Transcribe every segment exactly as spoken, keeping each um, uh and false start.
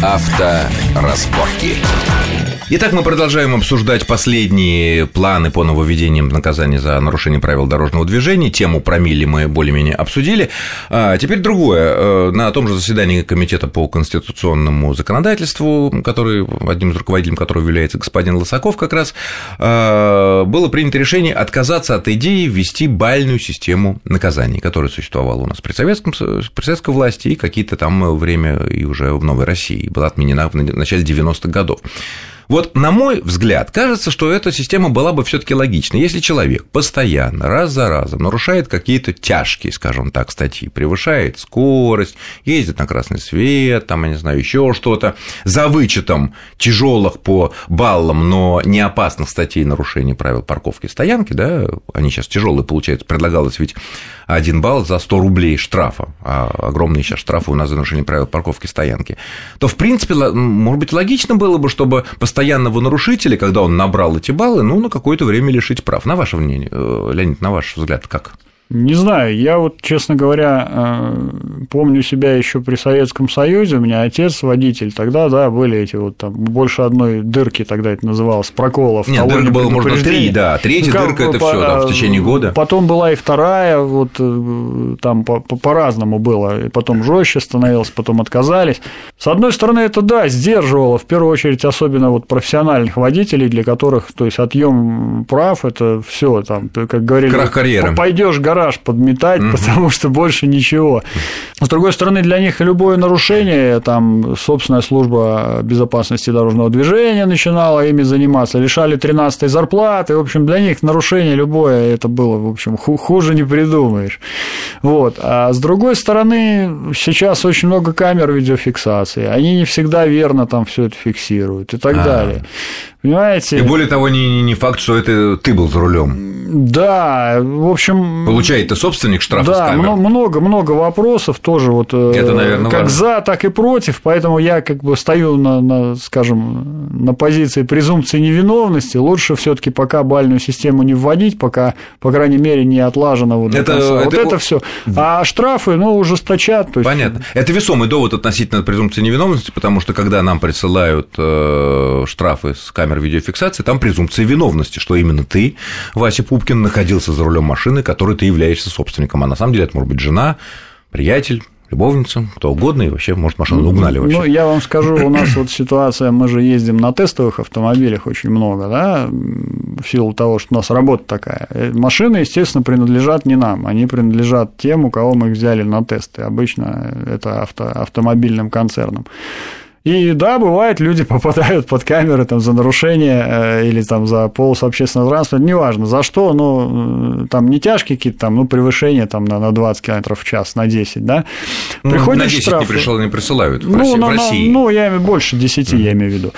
Авторазборки. Итак, мы продолжаем обсуждать последние планы по нововведениям наказания за нарушение правил дорожного движения. Тему промилле мы более-менее обсудили. А теперь другое. На том же заседании Комитета по конституционному законодательству, который, одним из руководителей которого является господин Лысаков, как раз было принято решение отказаться от идеи ввести бальную систему наказаний, которая существовала у нас при, советском, при советской власти и какие-то там время и уже в Новой России, была отменена в начале девяностых годов. Вот, на мой взгляд, кажется, что эта система была бы все-таки логичной. Если человек постоянно, раз за разом нарушает какие-то тяжкие, скажем так, статьи, превышает скорость, ездит на красный свет, там, я не знаю, еще что-то, за вычетом тяжелых по баллам, но не опасных статей нарушения правил парковки и стоянки, да, они сейчас тяжелые, получается, предлагалось ведь один балл за сто рублей штрафа, а огромные сейчас штрафы у нас за нарушение правил парковки и стоянки, то, в принципе, может быть, логично было бы, чтобы постоянного нарушителя, когда он набрал эти баллы, ну, на какое-то время лишить прав. На ваше мнение, Леонид, на ваш взгляд, как? Не знаю, я вот, честно говоря, помню себя еще при Советском Союзе, у меня отец водитель, тогда, да, были эти вот там больше одной дырки, тогда это называлось, проколов. Нет, дырка была, можно, три, да, третья ну, дырка – это все да, в течение года. Потом была и вторая, вот там по-разному было, и потом жестче становилось, потом отказались. С одной стороны, это, да, сдерживало, в первую очередь, особенно вот профессиональных водителей, для которых, то есть, отъем прав – это все там, как говорили, крах карьеры. Пойдешь гараж подметать, mm-hmm. потому что больше ничего. С другой стороны, для них любое нарушение, там, собственная служба безопасности дорожного движения начинала ими заниматься, лишали тринадцатой зарплаты, в общем, для них нарушение любое, это было, в общем, хуже не придумаешь. Вот. А с другой стороны, сейчас очень много камер видеофиксации, они не всегда верно там все это фиксируют и так А-а-а. далее. Понимаете? И более того, не, не факт, что это ты был за рулем. Да, в общем. Получает ты собственник штрафа да, с камер. Да, много-много вопросов тоже вот. Это, наверное, как важно. За, так и против, поэтому я как бы стою на, на скажем, на позиции презумпции невиновности. Лучше все-таки пока бальную систему не вводить, пока, по крайней мере, не отлажено вот это, это, это... вот это все. А штрафы, ну, ужесточат. То есть... Понятно. Это весомый довод относительно презумпции невиновности, потому что когда нам присылают штрафы с камер видеофиксации, там презумпция виновности, что именно ты, Вася Пупкин, находился за рулем машины, которой ты являешься собственником, а на самом деле это может быть жена, приятель, любовница, кто угодно, и вообще, может, машину угнали вообще. Ну, я вам скажу, у нас вот ситуация, мы же ездим на тестовых автомобилях очень много, да, в силу того, что у нас работа такая. Машины, естественно, принадлежат не нам, они принадлежат тем, у кого мы их взяли на тесты, обычно это авто, автомобильным концернам. И да, бывает, люди попадают под камеры там, за нарушение или там, за полосу общественного транспорта, неважно за что, но там не тяжкие какие-то, там, ну, превышение там, на двадцать километров в час, на десять, да, приходят на десять штрафы. Не, пришел, не присылают в, ну, России, на, в России. Ну, я имею больше десяти, mm-hmm. я имею в виду.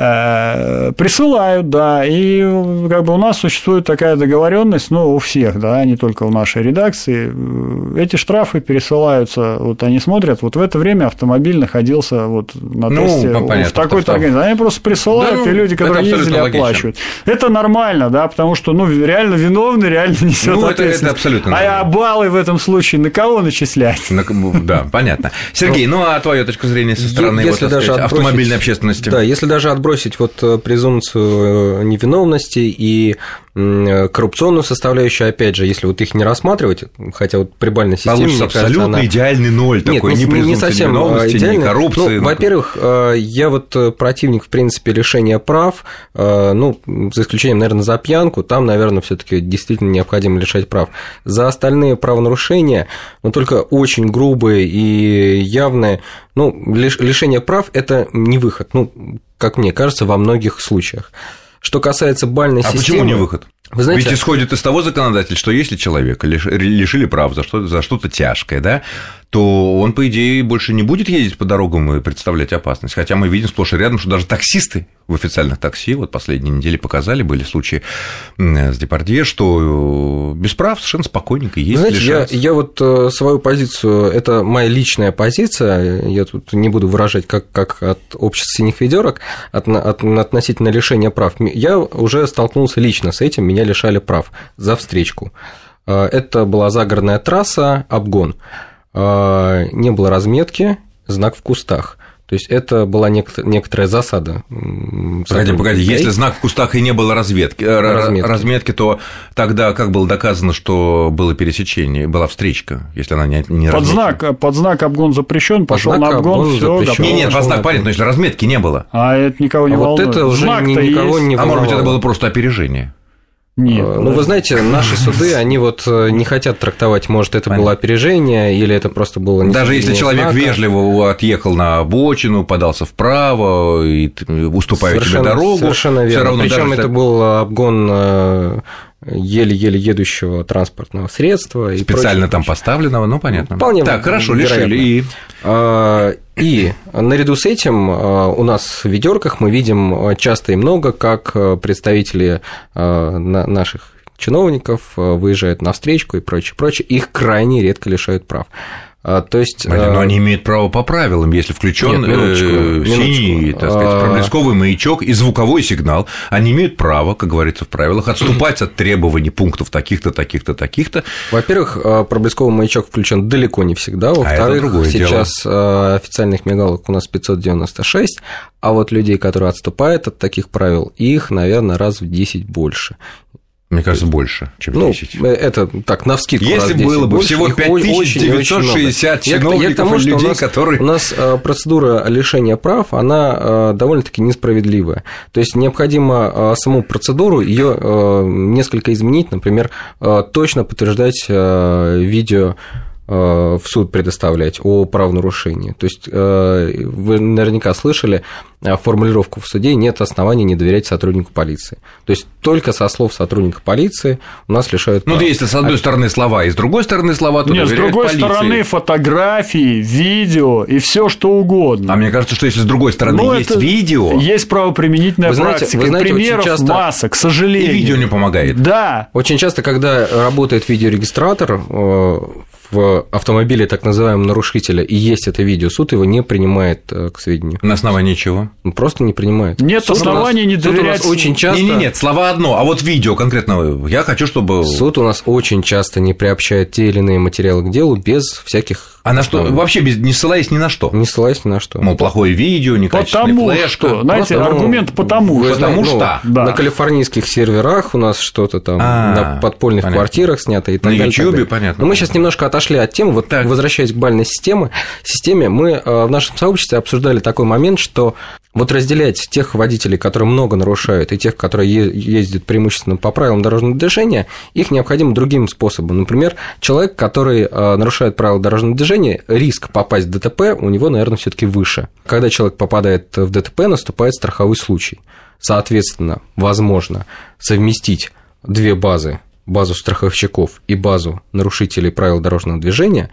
Присылают, да, и как бы у нас существует такая договоренность, ну, у всех, да, не только у нашей редакции, эти штрафы пересылаются, вот они смотрят, вот в это время автомобиль находился вот на Ну, тесте понятно, в такой-то организации. Они просто присылают, да, и люди, которые ездили, оплачивают. Это нормально, да, потому что, ну, реально виновный, реально несет ну, ответственность. Это, это абсолютно нормально. А баллы в этом случае на кого начислять? На, да, понятно. Сергей, ну, а твоя точка зрения со стороны если вот, даже сказать, отбросить, автомобильной общественности? Да, если даже отбросить вот презумпцию невиновности и коррупционную составляющую, опять же, если вот их не рассматривать, хотя вот при бальной системе, получится мне кажется, абсолютно она... идеальный ноль такой, Нет, ни не, не совсем невиновности, идеальный. ни коррупции. Ну, ну, во-первых, я вот противник, в принципе, лишения прав, ну, за исключением, наверное, за пьянку, там, наверное, все-таки действительно необходимо лишать прав. За остальные правонарушения, но только очень грубые и явные, ну, лишение прав – это не выход, ну, как мне кажется, во многих случаях. Что касается бальной а системы… А почему не выход? Вы знаете, ведь исходит из того законодателя, что если человека лишили прав за что-то, за что-то тяжкое, да, то он, по идее, больше не будет ездить по дорогам и представлять опасность. Хотя мы видим сплошь и рядом, что даже таксисты в официальных такси, вот последние недели показали, были случаи с Депардье, что без прав совершенно спокойненько ездит. Знаете, я, я вот свою позицию, это моя личная позиция, я тут не буду выражать как, как от общества синих ведерок, от, от, относительно лишения прав. Я уже столкнулся лично с этим, меня лишали прав за встречку. Это была загородная трасса, обгон. Не было разметки, знак в кустах. То есть это была некоторая засада. Погоди, погоди, если знак в кустах и не было разведки, разметки. разметки, то тогда как было доказано, что было пересечение, была встречка, если она не, не под знак, под знак обгон запрещен, пошел на обгон, все. Нет, нет, под знак понятно, но если разметки не было. А это никого не а волнует. Вот это уже никого не волновало. А может быть, это было просто опережение? Нет. Ну, да. Вы знаете, наши суды, они вот не хотят трактовать, может, это Понятно. было опережение, или это просто было... Даже если человек знака. вежливо отъехал на обочину, подался вправо, и уступая совершенно, тебе дорогу... Совершенно верно. Причем это был обгон еле-еле едущего транспортного средства. Специально и там поставленного, ну, понятно. Вполне так, хорошо, вероятно. решили. И... И наряду с этим у нас в ведерках мы видим часто и много, как представители наших чиновников выезжают на встречку и прочее, прочее, их крайне редко лишают прав. То есть, но они имеют право по правилам, если включен синий, так сказать, проблесковый маячок и звуковой сигнал, они имеют право, как говорится в правилах, отступать от требований пунктов таких-то, таких-то, таких-то. Во-первых, проблесковый маячок включен далеко не всегда, во-вторых, а сейчас дело. Официальных мигалок у нас пятьсот девяносто шесть, а вот людей, которые отступают от таких правил, их, наверное, раз в десять больше. Мне кажется, больше, чем десять. Ну, это так, навскидку. Если было бы всего пять тысяч девятьсот шестьдесят чиновников и людей, которые... У нас процедура лишения прав, она довольно-таки несправедливая. То есть необходимо саму процедуру ее несколько изменить, например, точно подтверждать видео в суд предоставлять о правонарушении. То есть вы наверняка слышали формулировку в суде: нет оснований не доверять сотруднику полиции. То есть только со слов сотрудника полиции у нас лишают прав. Ну, если с одной а... стороны слова, и с другой стороны слова, то нет, доверяют с другой полиции. стороны фотографии, видео и все что угодно. А мне кажется, что если с другой стороны ну, есть видео... Есть правоприменительная вы знаете, практика, вы знаете, примеров часто... масса, к сожалению. И видео не помогает. Да. Очень часто, когда работает видеорегистратор в автомобиле так называемого нарушителя, и есть это видео, суд его не принимает к сведению. На основании чего? Просто не принимает. Нет суд оснований нас, не доверять. Очень часто... Нет, нет, слова одно, а вот видео конкретно я хочу, чтобы... Суд у нас очень часто не приобщает те или иные материалы к делу без всяких... А на что? Вообще без, не ссылаясь ни на что? Не ссылаясь ни на что. Мол, плохое видео, некачественная потому флешка. Что, знаете, Просто, аргумент ну, потому что. Потому ну, что. Да. На калифорнийских серверах у нас что-то там а, на подпольных понятно. квартирах снято и так на далее. На Ютьюбе, понятно. Но мы сейчас немножко отошли от темы. Вот так. Возвращаясь к бальной системе, системе, мы в нашем сообществе обсуждали такой момент, что вот разделять тех водителей, которые много нарушают, и тех, которые ездят преимущественно по правилам дорожного движения, их необходимо другим способом. Например, человек, который нарушает правила дорожного движения, риск попасть в ДТП у него, наверное, все-таки выше. Когда человек попадает в ДТП, наступает страховой случай. Соответственно, возможно совместить две базы, базу страховщиков и базу нарушителей правил дорожного движения,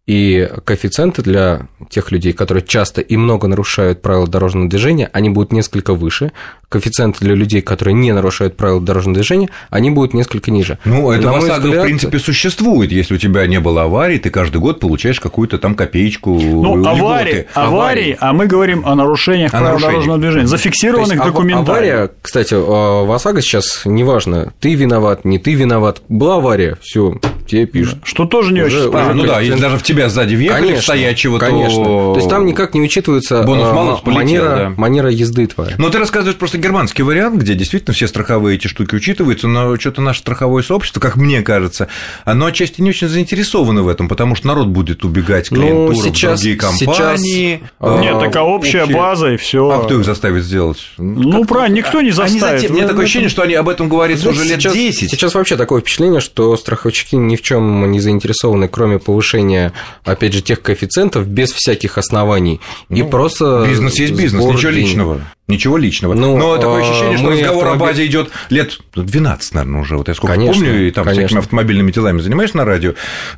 и коэффициенты для тех людей, которые часто и много нарушают правила дорожного движения, они будут несколько выше. Коэффициенты для людей, которые не нарушают правила дорожного движения, они будут несколько ниже. Ну, это в ОСАГО, взгляд... в принципе, существует. Если у тебя не было аварий, ты каждый год получаешь какую-то там копеечку. Ну, аварии, аварии, а мы говорим о нарушениях о правил нарушениях. дорожного движения, зафиксированных документально. Авария, кстати, в ОСАГО сейчас неважно, ты виноват, не ты виноват. Была авария, все, тебе пишут. Что тоже не уже, очень а, ну да, если даже в тебя сзади въехали, конечно, стоячего, конечно. То... то есть там никак не учитывается бонус полетел, манера, да. манера езды твоя. Но ты рассказываешь просто германский вариант, где действительно все страховые эти штуки учитываются, но что-то наше страховое сообщество, как мне кажется, оно отчасти не очень заинтересовано в этом, потому что народ будет убегать к клиентуре, ну, сейчас, в другие компании. Сейчас... Нет, такая общая общие... база и все. А кто их заставит сделать? Ну, как... правильно, никто не заставит. Затем... Мне такое ощущение, что они об этом говорят Знаете, уже лет сейчас, десять. Сейчас вообще такое впечатление, что страховщики ни в чем не заинтересованы, кроме повышения, опять же, тех коэффициентов без всяких оснований. Ну, и просто бизнес есть бизнес, ничего денег. личного. Ничего личного. Ну, но такое ощущение, что разговор автомобиль... о базе идет лет двенадцать, наверное, уже. Вот я сколько конечно, помню, и там конечно. всякими автомобильными делами занимаешься на радио,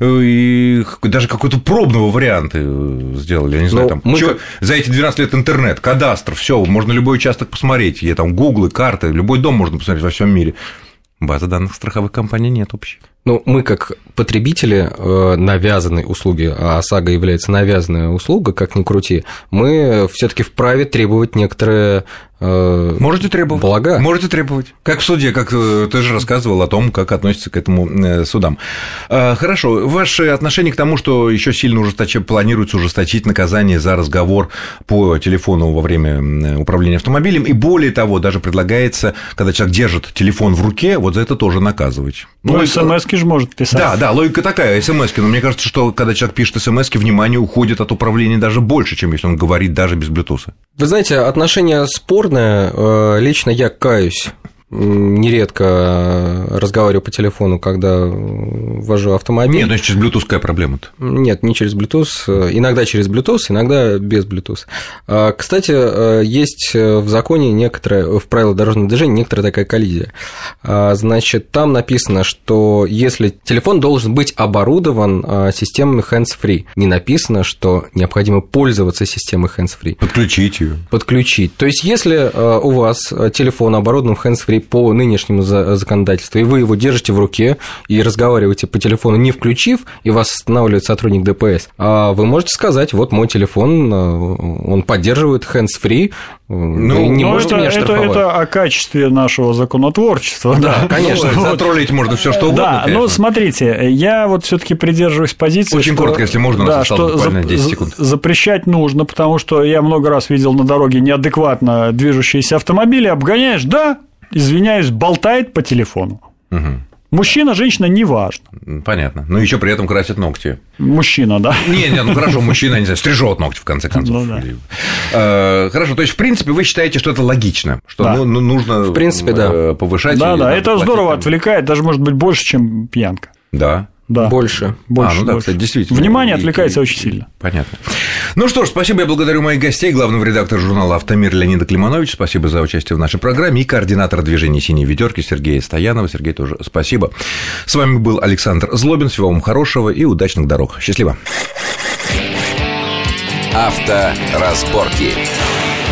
и даже какой-то пробного варианта сделали. Я не знаю, там, чё, как... за эти двенадцать лет интернет, кадастр, все, можно любой участок посмотреть. Я там гуглы, карты, любой дом можно посмотреть во всем мире. Базы данных страховых компаний нет общей. Ну, мы как потребители навязанной услуги, а ОСАГО является навязанная услуга, как ни крути, мы все-таки вправе требовать некоторые Можете требовать. Блага. Можете требовать. Как в суде, как ты же рассказывал о том, как относятся к этому судам. Хорошо. Ваше отношение к тому, что еще сильно ужесточить, планируется ужесточить наказание за разговор по телефону во время управления автомобилем, и более того, даже предлагается, когда человек держит телефон в руке, вот за это тоже наказывать. Ну, ну смс-ки же может писать. Да, да, логика такая, смс-ки, но мне кажется, что когда человек пишет смс-ки, внимание уходит от управления даже больше, чем если он говорит даже без Bluetooth. Вы знаете, отношения спорное, лично я каюсь. Нередко разговариваю по телефону, когда вожу автомобиль. Нет, ну через Bluetooth какая проблема-то? Нет, не через Bluetooth, иногда через Bluetooth, иногда без Bluetooth. Кстати, есть в законе некоторая, в правилах дорожного движения некоторая такая коллизия. Значит, там написано, что если телефон должен быть оборудован системами hands-free, не написано, что необходимо пользоваться системой hands-free. Подключить ее. Подключить. То есть, если у вас телефон оборудован в hands-free по нынешнему законодательству, и вы его держите в руке и разговариваете по телефону, не включив, и вас останавливает сотрудник ДПС, а вы можете сказать, вот мой телефон, он поддерживает hands-free, ну, вы не ну, можете это, меня штрафовать. Это, это о качестве нашего законотворчества. Да, да, конечно. Ну, затроллить можно все что угодно. Да, конечно. Но смотрите, я вот все-таки придерживаюсь позиции. Очень что, коротко, если можно, у нас да, осталось что буквально десять секунд. Запрещать нужно, потому что я много раз видел на дороге неадекватно движущиеся автомобили, обгоняешь, да, извиняюсь, болтает по телефону. Угу. Мужчина, женщина, неважно. Понятно. Но еще при этом красит ногти. Мужчина, да. Не, не, ну хорошо, мужчина, не знаю, стрижет ногти, в конце концов. Ну, да. Хорошо, то есть, в принципе, вы считаете, что это логично, что да. ну, нужно в принципе, да. повышать. Да, да, это здорово там... отвлекает, даже может быть больше, чем пьянка. Да. Да. Больше. больше. А, ну да, больше. кстати, действительно. Внимание отвлекается и, очень сильно. Понятно. Ну что ж, спасибо, я благодарю моих гостей, главного редактора журнала «Автомир» Леонида Климановича, спасибо за участие в нашей программе, и координатора движения «Синей ведерки» Сергея Стоянова. Сергей, тоже спасибо. С вами был Александр Злобин, всего вам хорошего и удачных дорог. Счастливо. Авторазборки.